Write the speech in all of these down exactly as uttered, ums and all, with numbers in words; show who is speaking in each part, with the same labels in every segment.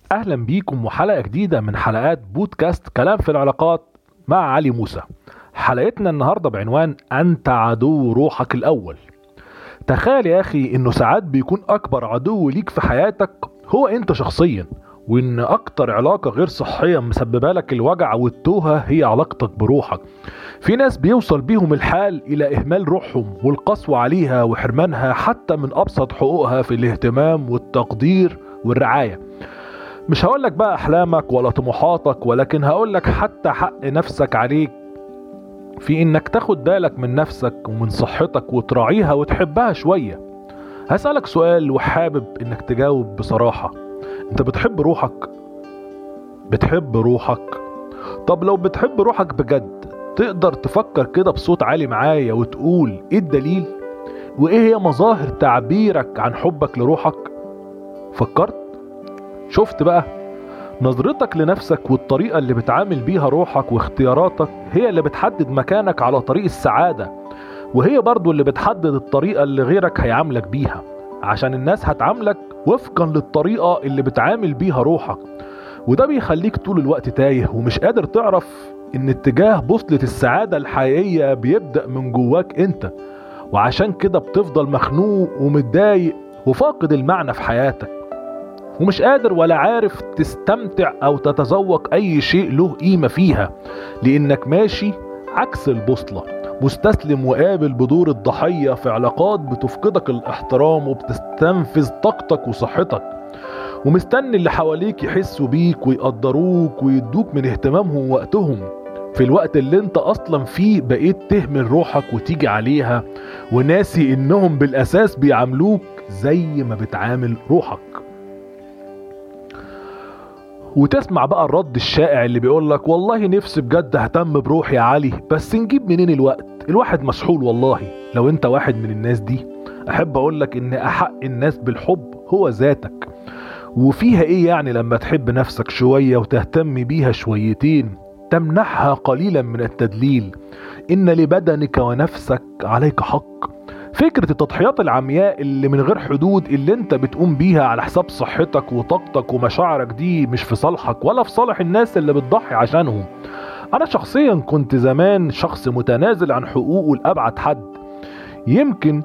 Speaker 1: أهلا بيكم وحلقة جديدة من حلقات بودكاست كلام في العلاقات مع علي موسى. حلقتنا النهاردة بعنوان أنت عدو روحك الأول. تخيل يا أخي إنه ساعات بيكون أكبر عدو ليك في حياتك هو أنت شخصيا، وإن أكتر علاقة غير صحية مسببة لك الوجع والتوهة هي علاقتك بروحك. في ناس بيوصل بيهم الحال إلى إهمال روحهم والقسوة عليها وحرمانها حتى من أبسط حقوقها في الاهتمام والتقدير والرعاية. مش هقولك بقى أحلامك ولا طموحاتك، ولكن هقولك حتى حق نفسك عليك في إنك تاخد بالك من نفسك ومن صحتك وتراعيها وتحبها شوية. هسألك سؤال وحابب إنك تجاوب بصراحة. أنت بتحب روحك؟ بتحب روحك؟ طب لو بتحب روحك بجد تقدر تفكر كده بصوت عالي معايا وتقول إيه الدليل؟ وإيه هي مظاهر تعبيرك عن حبك لروحك؟ فكرت؟ شفت بقى؟ نظرتك لنفسك والطريقة اللي بتعامل بيها روحك واختياراتك هي اللي بتحدد مكانك على طريق السعادة، وهي برضو اللي بتحدد الطريقة اللي غيرك هيعاملك بيها، عشان الناس هتعاملك وفقا للطريقة اللي بتعامل بيها روحك. وده بيخليك طول الوقت تايه ومش قادر تعرف ان اتجاه بوصلة السعادة الحقيقية بيبدأ من جواك انت، وعشان كده بتفضل مخنوق ومتضايق وفاقد المعنى في حياتك، ومش قادر ولا عارف تستمتع او تتذوق اي شيء له قيمة فيها، لانك ماشي عكس البوصلة، مستسلم وقابل بدور الضحية في علاقات بتفقدك الاحترام وبتستنفذ طاقتك وصحتك، ومستني اللي حواليك يحسوا بيك ويقدروك ويدوك من اهتمامهم ووقتهم في الوقت اللي انت اصلا فيه بقيت تهمل روحك وتيجي عليها، وناسي انهم بالاساس بيعاملوك زي ما بتعامل روحك. وتسمع بقى الرد الشائع اللي بيقولك والله نفسي بجد اهتم بروحي يا علي، بس نجيب منين الوقت؟ الواحد مسحول والله. لو انت واحد من الناس دي احب اقولك ان احق الناس بالحب هو ذاتك، وفيها ايه يعني لما تحب نفسك شوية وتهتم بيها شويتين تمنحها قليلا من التدليل. ان لبدنك ونفسك عليك حق. فكرة التضحيات العمياء اللي من غير حدود اللي انت بتقوم بيها على حساب صحتك وطاقتك ومشاعرك دي مش في صالحك ولا في صالح الناس اللي بتضحي عشانهم. انا شخصيا كنت زمان شخص متنازل عن حقوقه لأبعد حد. يمكن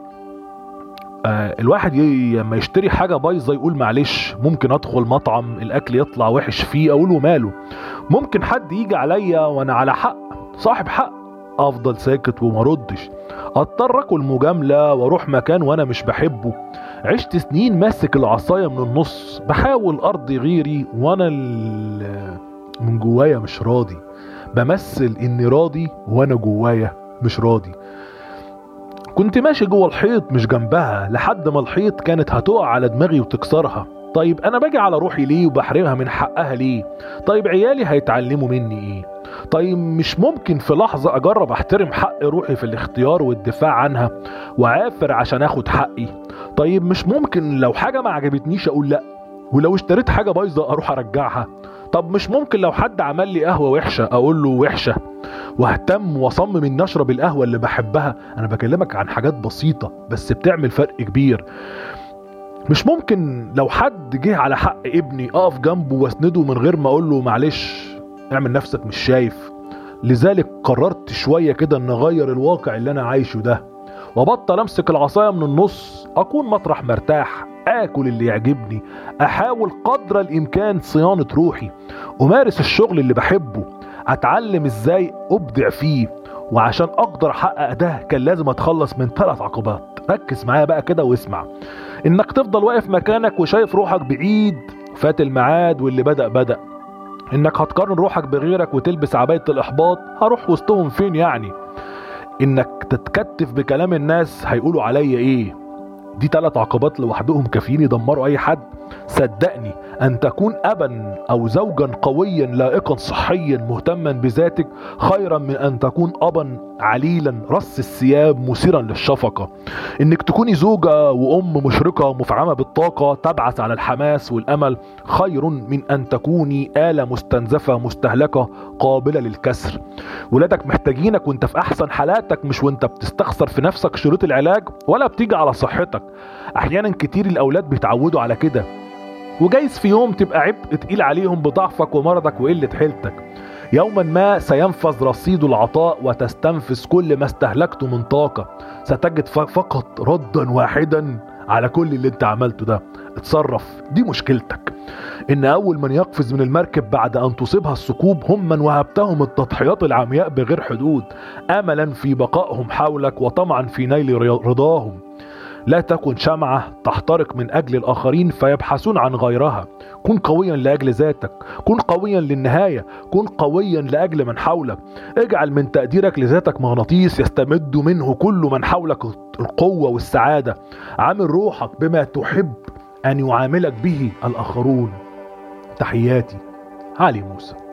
Speaker 1: آه الواحد لما يشتري حاجة بايظة يقول معلش، ممكن ادخل مطعم الاكل يطلع وحش فيه اقوله ماله، ممكن حد يجي عليا وانا على حق صاحب حق افضل ساكت ومردش، اضطر اكل مجاملة واروح مكان وانا مش بحبه. عشت سنين ماسك العصاية من النص بحاول ارضي غيري وانا من جوايا مش راضي، بمثل اني راضي وانا جوايا مش راضي. كنت ماشي جوه الحيط مش جنبها لحد ما الحيط كانت هتقع على دماغي وتكسرها. طيب انا باجي على روحي ليه وبحرمها من حقها ليه؟ طيب عيالي هيتعلموا مني ايه؟ طيب مش ممكن في لحظة اجرب احترم حق روحي في الاختيار والدفاع عنها وعافر عشان اخد حقي؟ طيب مش ممكن لو حاجة ما عجبتنيش اقول لا، ولو اشتريت حاجة بايظة اروح ارجعها؟ طب مش ممكن لو حد عمل لي قهوة وحشة اقول له وحشة واهتم واصمم ان اشرب القهوة اللي بحبها؟ انا بكلمك عن حاجات بسيطة بس بتعمل فرق كبير. مش ممكن لو حد جه على حق ابني اقف جنبه واسنده من غير ما اقول له معلش اعمل نفسك مش شايف؟ لذلك قررت شوية كده ان اغير الواقع اللي انا عايشه ده، وبطل امسك العصاية من النص، اكون مطرح مرتاح، اكل اللي يعجبني، احاول قدر الامكان صيانة روحي، امارس الشغل اللي بحبه، اتعلم ازاي ابدع فيه. وعشان اقدر احقق ده كان لازم اتخلص من ثلاث عقبات. ركز معايا بقى كده واسمع. انك تفضل واقف مكانك وشايف روحك بعيد فات الميعاد واللي بدأ بدأ. انك هتقارن روحك بغيرك وتلبس عباية الاحباط، هروح وسطهم فين يعني؟ انك تتكتف بكلام الناس هيقولوا عليا ايه. دي ثلاث عقبات لوحدهم كافيين يدمروا اي حد. صدقني ان تكون ابا او زوجا قويا لائقا صحيا مهتما بذاتك خيرا من ان تكون ابا عليلا رص الثياب مثيرا للشفقة. انك تكوني زوجة وام مشرقة مفعمة بالطاقة تبعث على الحماس والامل خير من ان تكوني آلة مستنزفة مستهلكة قابلة للكسر. ولادك محتاجينك وانت في احسن حالاتك، مش وانت بتستخسر في نفسك شروط العلاج ولا بتيجي على صحتك. احيانا كتير الاولاد بيتعودوا على كده، وجايز في يوم تبقى عبء تقيل عليهم بضعفك ومرضك وقلة حيلتك. يوما ما سينفذ رصيد العطاء وتستنفذ كل ما استهلكته من طاقة. ستجد فقط ردا واحدا على كل اللي انت عملته ده. اتصرف، دي مشكلتك، ان اول من يقفز من المركب بعد ان تصيبها الثقوب هم من وهبتهم التضحيات العمياء بغير حدود، املا في بقائهم حولك وطمعا في نيل رضاهم. لا تكن شمعة تحترق من أجل الآخرين فيبحثون عن غيرها. كن قويا لأجل ذاتك، كن قويا للنهاية، كن قويا لأجل من حولك. اجعل من تقديرك لذاتك مغناطيس يستمد منه كل من حولك القوة والسعادة. عامل روحك بما تحب أن يعاملك به الآخرون. تحياتي، علي موسى.